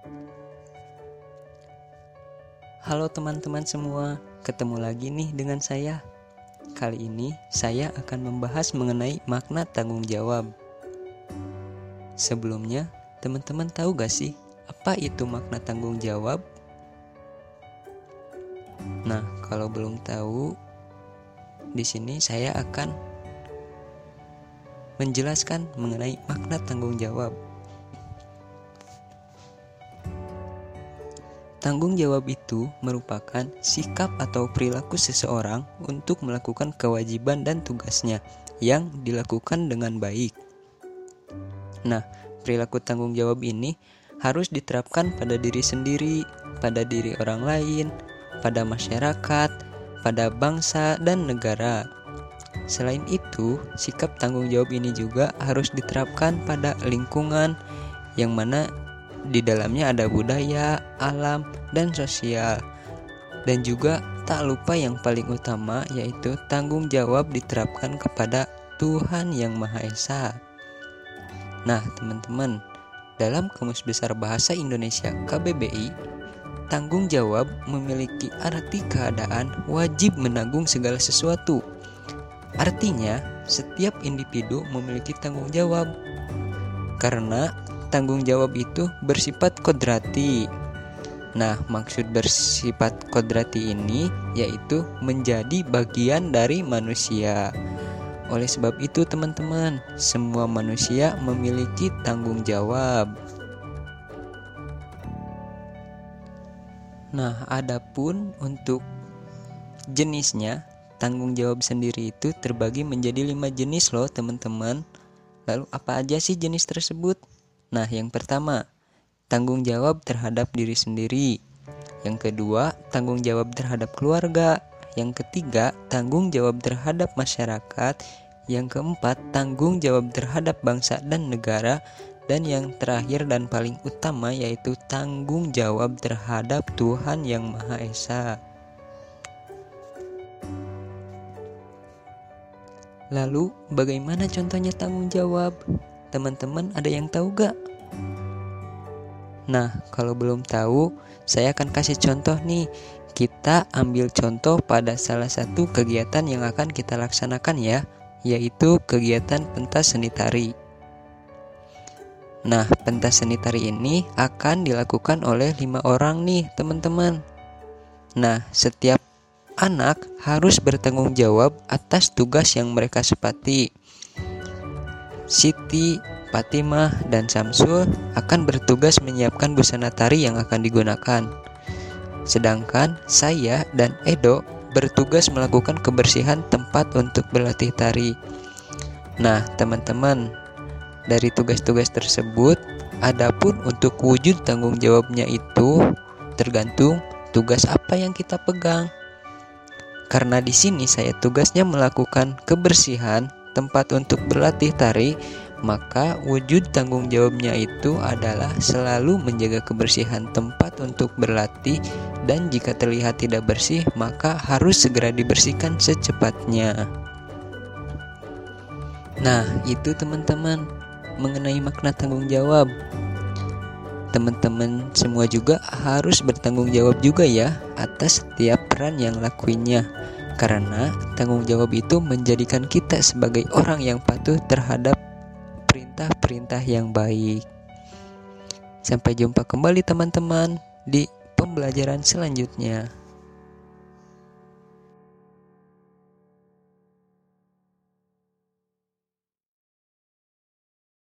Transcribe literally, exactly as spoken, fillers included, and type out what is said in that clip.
Halo teman-teman semua, ketemu lagi nih dengan saya. Kali ini saya akan membahas mengenai makna tanggung jawab. Sebelumnya, teman-teman tahu gak sih apa itu makna tanggung jawab? Nah, kalau belum tahu, di sini saya akan menjelaskan mengenai makna tanggung jawab. Tanggung jawab itu merupakan sikap atau perilaku seseorang untuk melakukan kewajiban dan tugasnya yang dilakukan dengan baik. Nah, perilaku tanggung jawab ini harus diterapkan pada diri sendiri, pada diri orang lain, pada masyarakat, pada bangsa dan negara. Selain itu, sikap tanggung jawab ini juga harus diterapkan pada lingkungan yang mana di dalamnya ada budaya, alam, dan sosial. Dan juga tak lupa yang paling utama yaitu tanggung jawab diterapkan kepada Tuhan Yang Maha Esa. Nah, teman-teman, dalam Kamus Besar Bahasa Indonesia K B B I, tanggung jawab memiliki arti keadaan wajib menanggung segala sesuatu. Artinya, setiap individu memiliki tanggung jawab. Karena tanggung jawab itu bersifat kodrati. Nah, maksud bersifat kodrati ini yaitu menjadi bagian dari manusia. Oleh sebab itu, teman-teman, semua manusia memiliki tanggung jawab. Nah, adapun untuk jenisnya, tanggung jawab sendiri itu terbagi menjadi lima jenis loh, teman-teman. Lalu apa aja sih jenis tersebut? Nah, yang pertama, tanggung jawab terhadap diri sendiri. Yang kedua, tanggung jawab terhadap keluarga. Yang ketiga, tanggung jawab terhadap masyarakat. Yang keempat, tanggung jawab terhadap bangsa dan negara. Dan yang terakhir dan paling utama yaitu tanggung jawab terhadap Tuhan Yang Maha Esa. Lalu, bagaimana contohnya tanggung jawab? Teman-teman ada yang tahu gak? Nah, kalau belum tahu, saya akan kasih contoh nih. Kita ambil contoh pada salah satu kegiatan yang akan kita laksanakan ya, yaitu kegiatan pentas seni tari. Nah, pentas seni tari ini akan dilakukan oleh lima orang nih, teman-teman. Nah, setiap anak harus bertanggung jawab atas tugas yang mereka sepati. Siti, Fatimah, dan Samsul akan bertugas menyiapkan busana tari yang akan digunakan. Sedangkan saya dan Edo bertugas melakukan kebersihan tempat untuk berlatih tari. Nah, teman-teman, dari tugas-tugas tersebut, adapun untuk wujud tanggung jawabnya itu tergantung tugas apa yang kita pegang. Karena di sini saya tugasnya melakukan kebersihan tempat untuk berlatih tari, maka wujud tanggung jawabnya itu adalah selalu menjaga kebersihan tempat untuk berlatih, dan jika terlihat tidak bersih, maka harus segera dibersihkan secepatnya. Nah, itu teman-teman mengenai makna tanggung jawab. Teman-teman semua juga harus bertanggung jawab juga ya atas setiap peran yang lakuinnya. Karena tanggung jawab itu menjadikan kita sebagai orang yang patuh terhadap perintah-perintah yang baik. Sampai jumpa kembali teman-teman di pembelajaran selanjutnya.